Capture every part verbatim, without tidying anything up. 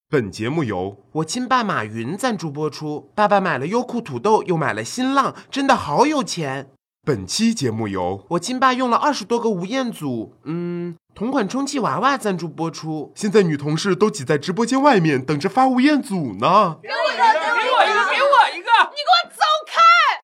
本节目由我亲爸马云赞助播出。爸爸买了优酷土豆，又买了新浪，真的好有钱。 本期节目由我亲爸用了二十多个吴彦祖，嗯，同款充气娃娃赞助播出。 现在女同事都挤在直播间外面等着发吴彦祖呢。 给我一个，给我一个，给我一个！你给我走开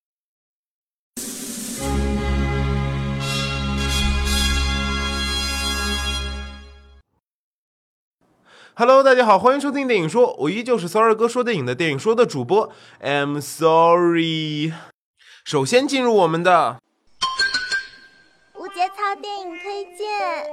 ！Hello， 大家好，欢迎收听电影说，我依旧是骚二哥说电影的电影说的主播 I'm sorry。首先进入我们的无节操电影推荐。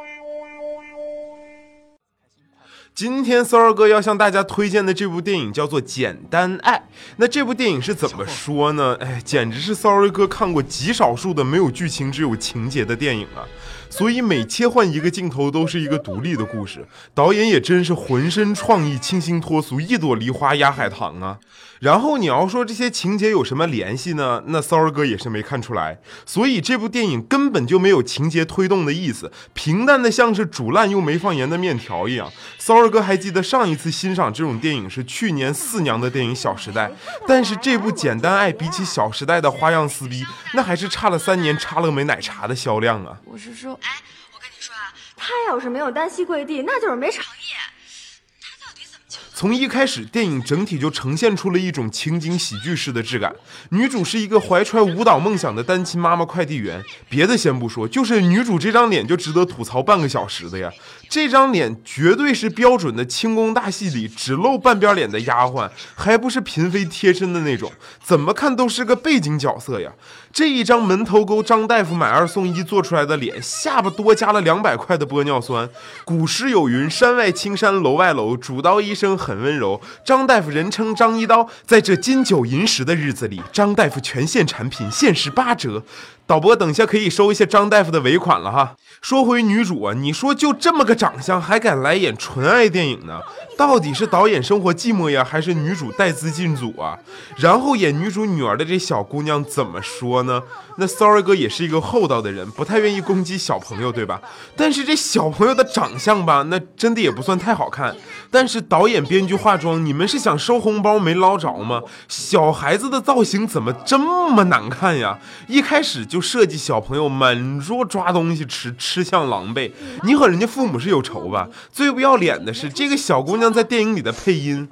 今天骚二哥要向大家推荐的这部电影叫做《简单爱》。那这部电影是怎么说呢？哎，简直是骚二哥看过极少数的没有剧情只有情节的电影啊！所以每切换一个镜头都是一个独立的故事，导演也真是浑身创意，清新脱俗，一朵梨花压海棠啊！然后你要说这些情节有什么联系呢？那骚儿哥也是没看出来，所以这部电影根本就没有情节推动的意思，平淡的像是煮烂又没放盐的面条一样。骚儿哥还记得上一次欣赏这种电影是去年四娘的电影《小时代》，但是这部《简单爱》比起《小时代》的花样撕逼，那还是差了三年插了梅奶茶的销量啊！ 我是说， 哎，我跟你说啊， 他要是没有单膝跪地，那就是没诚意。 他到底怎么就…… 从一开始，电影整体就呈现出了一种情景喜剧式的质感。女主是一个怀揣舞蹈梦想的单亲妈妈快递员，别的先不说，就是女主这张脸就值得吐槽半个小时的呀。这张脸绝对是标准的清宫大戏里只露半边脸的丫鬟，还不是嫔妃贴身的那种，怎么看都是个背景角色呀。这一张门头沟张大夫买二送一做出来的脸，下巴多加了两百块的玻尿酸。古诗有云：山外青山楼外楼，主刀医生很温柔。张大夫人称张一刀，在这金九银十的日子里，张大夫全线产品限时八折。导播等下可以收一下张大夫的尾款了哈。说回女主啊，你说就这么个长相还敢来演纯爱电影呢？到底是导演生活寂寞呀，还是女主带资进组啊？然后演女主女儿的这小姑娘怎么说呢？那骚儿哥也是一个厚道的人，不太愿意攻击小朋友，对吧？但是这小朋友的长相吧，那真的也不算太好看。但是导演编剧化妆，你们是想收红包没捞着吗？小孩子的造型怎么这么难看呀？一开始就设计小朋友满桌抓东西吃，吃相狼狈，你和人家父母是有仇吧？最不要脸的是这个小姑娘在电影里的配音。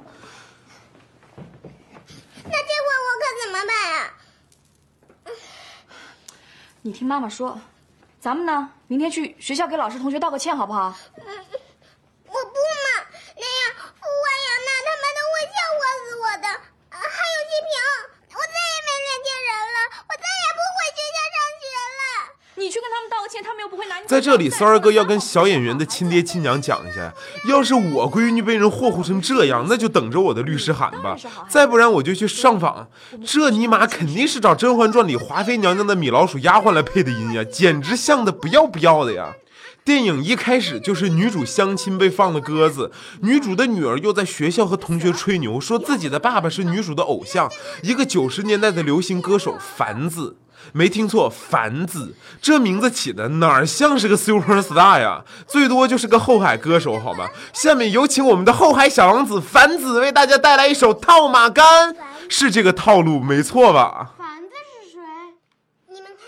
那这回我可怎么办啊？ 你听妈妈说，咱们呢明天去学校给老师同学道个歉好不好？ 嗯，我不嘛，那样傅华阳那他们都会笑话死我的。啊、还有季平，我再也没脸见人了，我再也不回学校上学了。 你去跟他们道个歉，他们又不会拿你。 在这里，骚儿哥要跟小演员的亲爹亲娘讲一下，要是我闺女被人霍霍成这样，那就等着我的律师函吧，再不然我就去上访。这尼玛肯定是找《甄嬛传》里华妃娘娘的米老鼠丫鬟来配的音呀，简直像的不要不要的呀。电影一开始就是女主相亲被放了鸽子，女主的女儿又在学校和同学吹牛，说自己的爸爸是女主的偶像，一个九十年代的流行歌手樊子。没听错，樊子，这名字起的哪儿像是个 super star 呀？最多就是个后海歌手，好吧？下面有请我们的后海小王子樊子为大家带来一首《套马杆》，是这个套路没错吧？ 樊子是谁？你们看，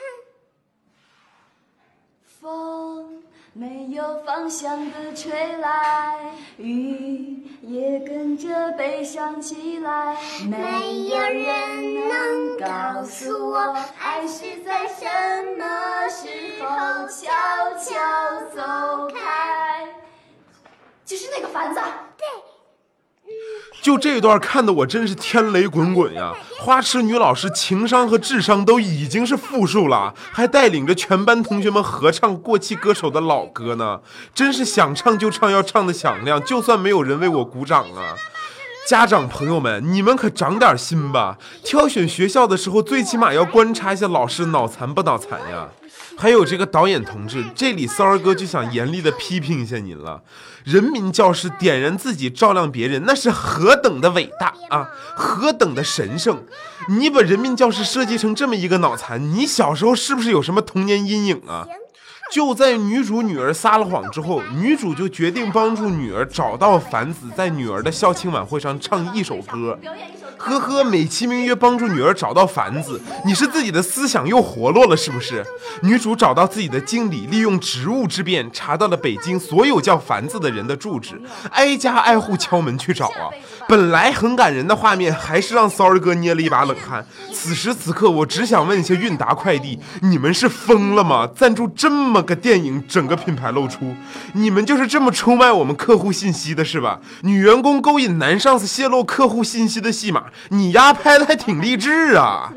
风没有方向的吹来，雨也跟着悲伤起来， 没有人能告诉我，爱是在什么时候悄悄走开。 就是那个樊子。 对。 就这段看得我真是天雷滚滚呀！花痴女老师情商和智商都已经是负数了，还带领着全班同学们合唱过气歌手的老歌呢，真是想唱就唱，要唱的响亮，就算没有人为我鼓掌啊！家长朋友们，你们可长点心吧！挑选学校的时候，最起码要观察一下老师脑残不脑残呀！还有这个导演同志，这里骚儿哥就想严厉的批评一下您了。人民教师点燃自己照亮别人，那是何等的伟大啊，何等的神圣！你把人民教师设计成这么一个脑残，你小时候是不是有什么童年阴影啊？ 就在女主女儿撒了谎之后，女主就决定帮助女儿找到凡子，在女儿的校庆晚会上唱一首歌。呵呵，美其名曰帮助女儿找到凡子，你是自己的思想又活络了是不是？女主找到自己的经理，利用职务之便查到了北京所有叫凡子的人的住址，挨家挨户敲门去找啊。本来很感人的画面，还是让骚儿哥捏了一把冷汗。此时此刻，我只想问一下韵达快递，你们是疯了吗？赞助这么个电影，整个品牌露出，你们就是这么出卖我们客户信息的是吧？女员工勾引男上司泄露客户信息的戏码，你丫拍的还挺励志啊！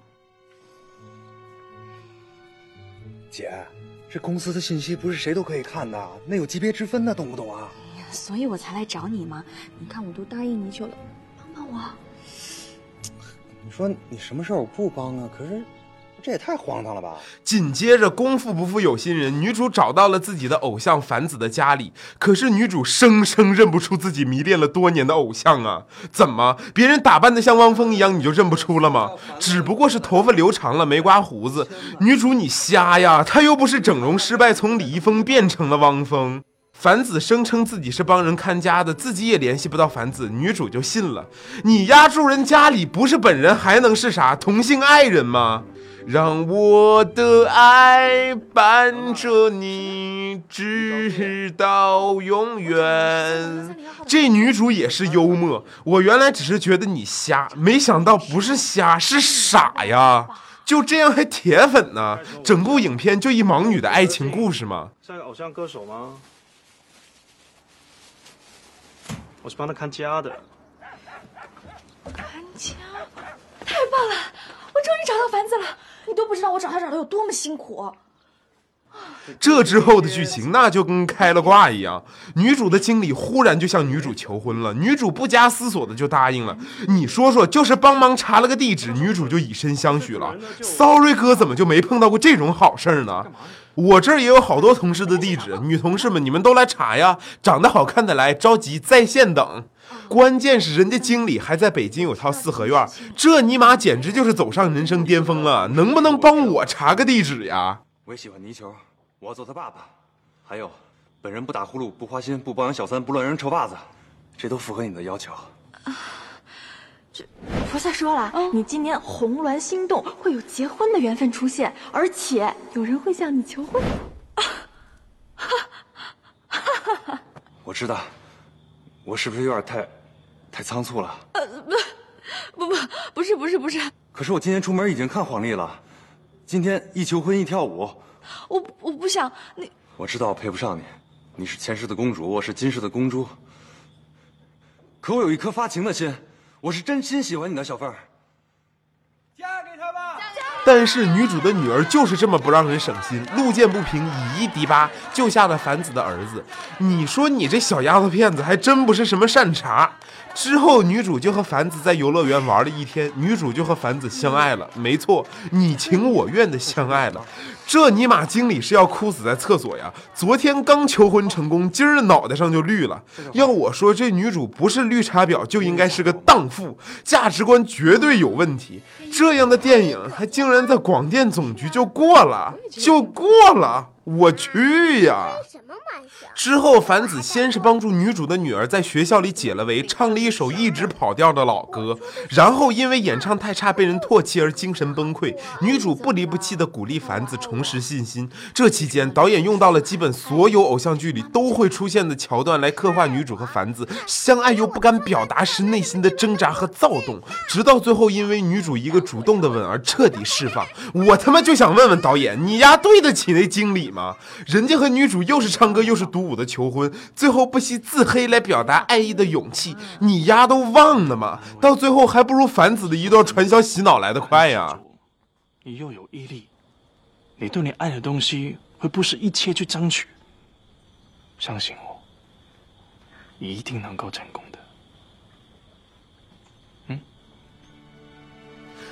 姐，这公司的信息不是谁都可以看的，那有级别之分的，懂不懂啊？ 所以我才来找你嘛。你看我都答应你去了，帮帮我。 你说你什么事儿我不帮啊？可是这也太荒唐了吧！ 紧接着，功夫不负有心人，女主找到了自己的偶像凡子的家里。可是女主生生认不出自己迷恋了多年的偶像啊！怎么，别人打扮得像汪峰一样，你就认不出了吗？只不过是头发留长了，没刮胡子。女主你瞎呀！她又不是整容失败，从李易峰变成了汪峰。凡子声称自己是帮人看家的，自己也联系不到凡子，女主就信了。你丫住人家里，不是本人还能是啥？同性爱人吗？让我的爱伴着你直到永远。这女主也是幽默，我原来只是觉得你瞎，没想到不是瞎，是傻呀。就这样还铁粉呢？整部影片就一盲女的爱情故事吗？ 像个偶像歌手吗？我是帮他看家的。 看家？太棒了！我终于找到凡子了！你都不知道我找他找的有多么辛苦。 这之后的剧情那就跟开了挂一样，女主的经理忽然就向女主求婚了，女主不加思索的就答应了。你说说，就是帮忙查了个地址，女主就以身相许了。Sorry 哥怎么就没碰到过这种好事呢？我这儿也有好多同事的地址，女同事们你们都来查呀，长得好看的来，着急在线等。关键是人家经理还在北京有套四合院，这尼玛简直就是走上人生巅峰了，能不能帮我查个地址呀？ 我也喜欢泥球，我要做他爸爸。还有，本人不打呼噜，不花心，不包养小三，不乱扔臭袜子，这都符合你的要求。 啊，这菩萨说了，嗯、你今年红鸾心动，会有结婚的缘分出现，而且有人会向你求婚。啊哈哈哈！ 我知道，我是不是有点太，太仓促了？ 呃，不，不不，不是，不是，不是。 可是我今天出门已经看黄历了。今天一求婚一跳舞， 我我不想你。 我知道我配不上你，你是前世的公主，我是今世的公主。可我有一颗发情的心，我是真心喜欢你的，小凤儿。 嫁给他吧！ 但是女主的女儿就是这么不让人省心，路见不平以一敌八，救下了凡子的儿子。你说你这小丫头片子还真不是什么善茬。之后女主就和凡子在游乐园玩了一天，女主就和凡子相爱了。没错，你情我愿的相爱了。这尼玛经理是要哭死在厕所呀！昨天刚求婚成功，今儿脑袋上就绿了。要我说，这女主不是绿茶婊，就应该是个荡妇，价值观绝对有问题。这样的电影还竟然在广电总局就过了，就过了，我去呀！之后，凡子先是帮助女主的女儿在学校里解了围，唱了一首一直跑调的老歌，然后因为演唱太差被人唾弃而精神崩溃。女主不离不弃地鼓励凡子重拾信心。这期间，导演用到了基本所有偶像剧里都会出现的桥段来刻画女主和凡子相爱又不敢表达时内心的挣扎和躁动，直到最后因为女主一个主动的吻而彻底释放。我他妈就想问问导演，你丫对得起那经理吗？人家和女主又是唱歌又是独舞的求婚，最后不惜自黑来表达爱意的勇气，你丫都忘了吗？到最后还不如凡子的一段传销洗脑来得快呀！ 你又有毅力，你对你爱的东西会不惜一切去争取。相信我，你一定能够成功的。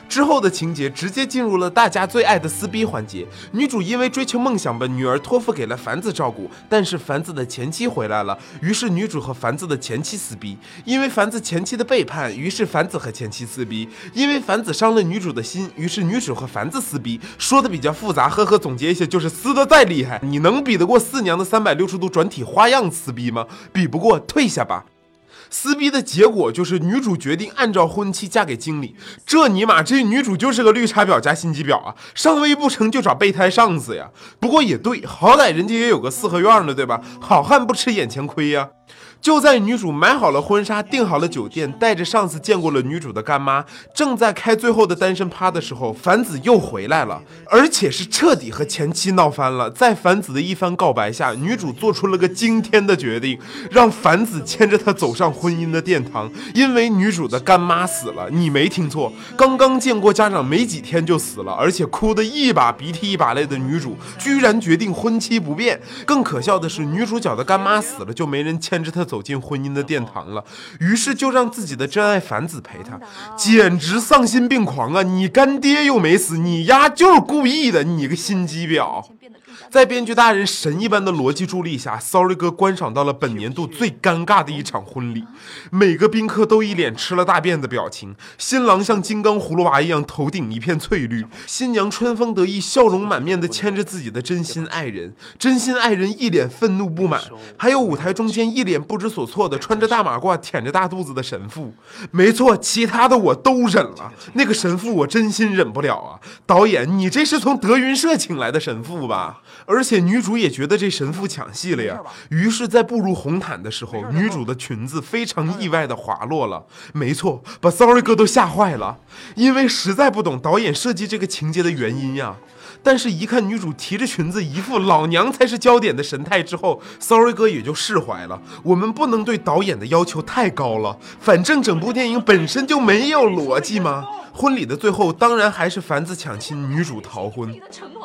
之后的情节直接进入了大家最爱的撕逼环节。女主因为追求梦想，把女儿托付给了凡子照顾，但是凡子的前妻回来了，于是女主和凡子的前妻撕逼。因为凡子前妻的背叛，于是凡子和前妻撕逼。因为凡子伤了女主的心，于是女主和凡子撕逼。说的比较复杂，呵呵，总结一下就是撕的再厉害，你能比得过四娘的三百六十度转体花样撕逼吗？比不过退下吧。撕逼的结果就是女主决定按照婚期嫁给经理。这尼玛，这女主就是个绿茶婊加心机婊啊！上位不成就找备胎上司呀。不过也对，好歹人家也有个四合院的，对吧？好汉不吃眼前亏呀。就在女主买好了婚纱，订好了酒店，带着上司见过了女主的干妈，正在开最后的单身趴的时候，凡子又回来了，而且是彻底和前妻闹翻了。在凡子的一番告白下，女主做出了个惊天的决定，让凡子牵着她走上婚姻的殿堂。因为女主的干妈死了，你没听错，刚刚见过家长没几天就死了，而且哭得一把鼻涕一把泪的女主，居然决定婚期不变。更可笑的是，女主角的干妈死了，就没人牵着她走进婚姻的殿堂了，于是就让自己的真爱凡子陪她，简直丧心病狂啊！你干爹又没死，你丫就是故意的，你个心机婊！在编剧大人神一般的逻辑助力下 ，Sorry 哥观赏到了本年度最尴尬的一场婚礼。每个宾客都一脸吃了大便的表情，新郎像金刚葫芦娃一样头顶一片翠绿，新娘春风得意、笑容满面的牵着自己的真心爱人，真心爱人一脸愤怒不满，还有舞台中间一脸不知所措的穿着大马褂、舔着大肚子的神父。没错，其他的我都忍了，那个神父我真心忍不了啊！导演，你这是从德云社请来的神父吧？而且女主也觉得这神父抢戏了呀，于是，在步入红毯的时候，女主的裙子非常意外的滑落了。没错，把 Sorry 哥都吓坏了，因为实在不懂导演设计这个情节的原因呀。但是，一看女主提着裙子，一副老娘才是焦点的神态之后 ，Sorry 哥也就释怀了。我们不能对导演的要求太高了，反正整部电影本身就没有逻辑嘛。婚礼的最后，当然还是凡子抢亲，女主逃婚。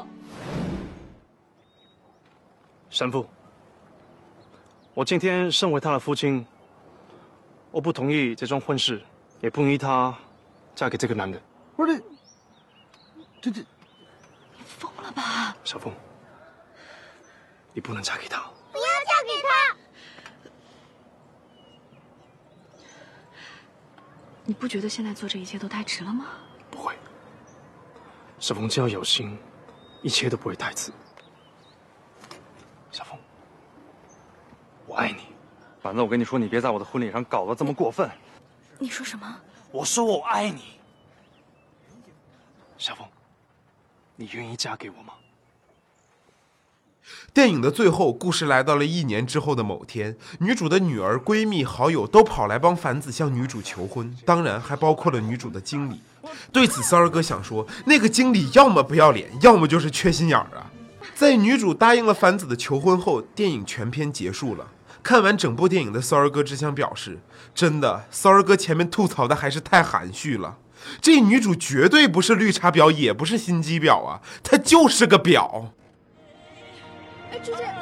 神父，我今天身为他的父亲，我不同意这桩婚事，也不同意她嫁给这个男人。 不是这，这这， 你疯了吧？ 小凤，你不能嫁给他。 不要嫁给他！ 你不觉得现在做这一切都太迟了吗？ 不会，小凤只要有心，一切都不会太迟。小凤，我爱你。 板子，我跟你说，你别在我的婚礼上搞得这么过分。 你说什么？ 我说我爱你。小凤，你愿意嫁给我吗？ 电影的最后，故事来到了一年之后的某天，女主的女儿、闺蜜、好友都跑来帮凡子向女主求婚，当然还包括了女主的经理。对此，Sorry哥想说，那个经理要么不要脸，要么就是缺心眼儿啊。在女主答应了凡子的求婚后，电影全片结束了。看完整部电影的 Sorry 哥只想表示，真的 Sorry 哥前面吐槽的还是太含蓄了。这女主绝对不是绿茶婊，也不是心机婊啊，她就是个婊。 哎，朱姐。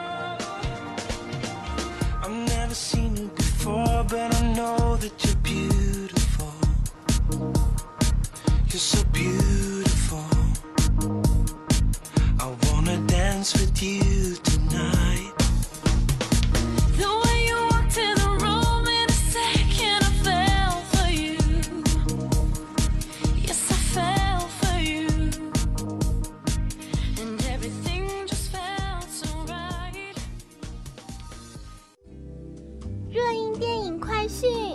With you tonight. The way you walked in the room in a second, I fell for you. Yes, I fell for you. And everything just felt so right. 热映电影快讯。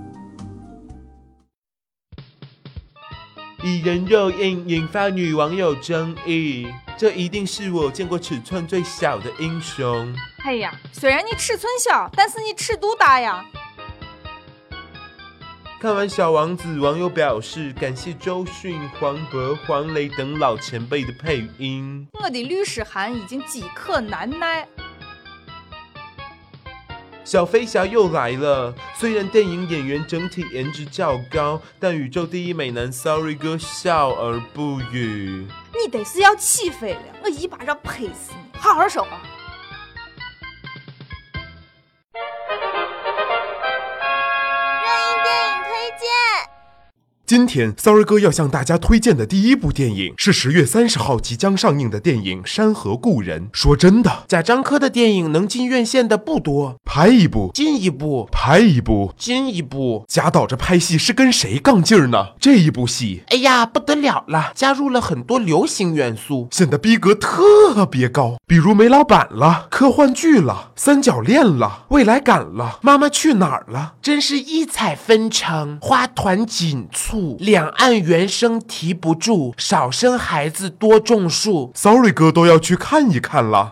蚁人肉映引发女网友争议，这一定是我见过尺寸最小的英雄。 哎呀，虽然你尺寸小，但是你尺度大呀。 看完小王子，网友表示感谢周迅、黄渤、黄磊等老前辈的配音。 我的律师函已经饥渴难耐。 小飞侠又来了，虽然电影演员整体颜值较高，但宇宙第一美男 Sorry 哥笑而不语。 你得是要起飞了，我一巴掌拍死你！好好说话。 热映电影推荐。 今天 Sorry 哥要向大家推荐的第一部电影是十月三十号即将上映的电影《山河故人》。说真的， 贾樟柯的电影能进院线的不多， 拍一部进一部， 拍一部进一部。 贾导这拍戏是跟谁杠劲儿呢？这一部戏， 哎呀，不得了了，加入了很多流行元素， 显得逼格特别高。比如煤老板了，科幻剧了，三角恋了，未来感了，妈妈去哪儿了， 真是异彩纷呈，花团锦簇，两岸猿声啼不住，少生孩子多种树。 Sorry 哥都要去看一看了。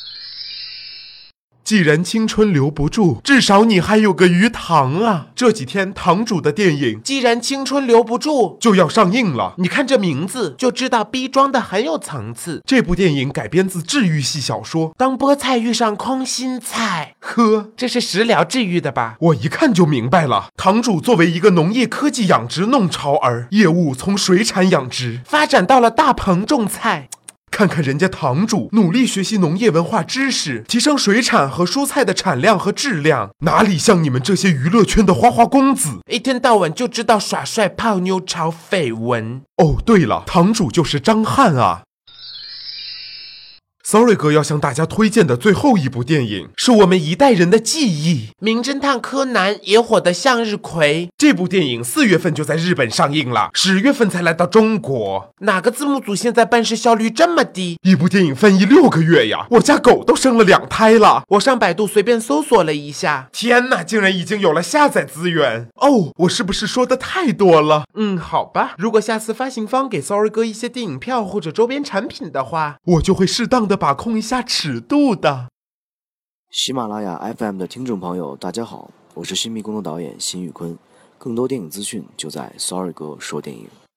既然青春留不住，至少你还有个鱼塘啊！这几天堂主的电影《 既然青春留不住》 就要上映了， 你看这名字就知道逼装的很有层次。 这部电影改编自治愈系小说《 当菠菜遇上空心菜》， 呵， 这是食疗治愈的吧？ 我一看就明白了。堂主作为一个农业科技养殖弄潮儿，业务从水产养殖发展到了大棚种菜。 看看人家堂主努力学习农业文化知识，提升水产和蔬菜的产量和质量，哪里像你们这些娱乐圈的花花公子， 一天到晚就知道耍帅、泡妞、炒绯闻。 哦，对了，堂主就是张翰啊。Sorry 哥要向大家推荐的最后一部电影是我们一代人的记忆，《 名侦探柯南》也火得向日葵。 这部电影四月份就在日本上映了，十月份才来到中国。 哪个字幕组现在办事效率这么低？ 一部电影翻译六个月呀，我家狗都生了两胎了。 我上百度随便搜索了一下， 天哪，竟然已经有了下载资源哦！我是不是说的太多了？ 嗯，好吧。如果下次发行方给 Sorry 哥一些电影票或者周边产品的话， 我就会适当的把控一下尺度的。 喜马拉雅 F M 的听众朋友，大家好，我是新迷宫的导演辛宇坤，更多电影资讯就在 Sorry 哥说电影。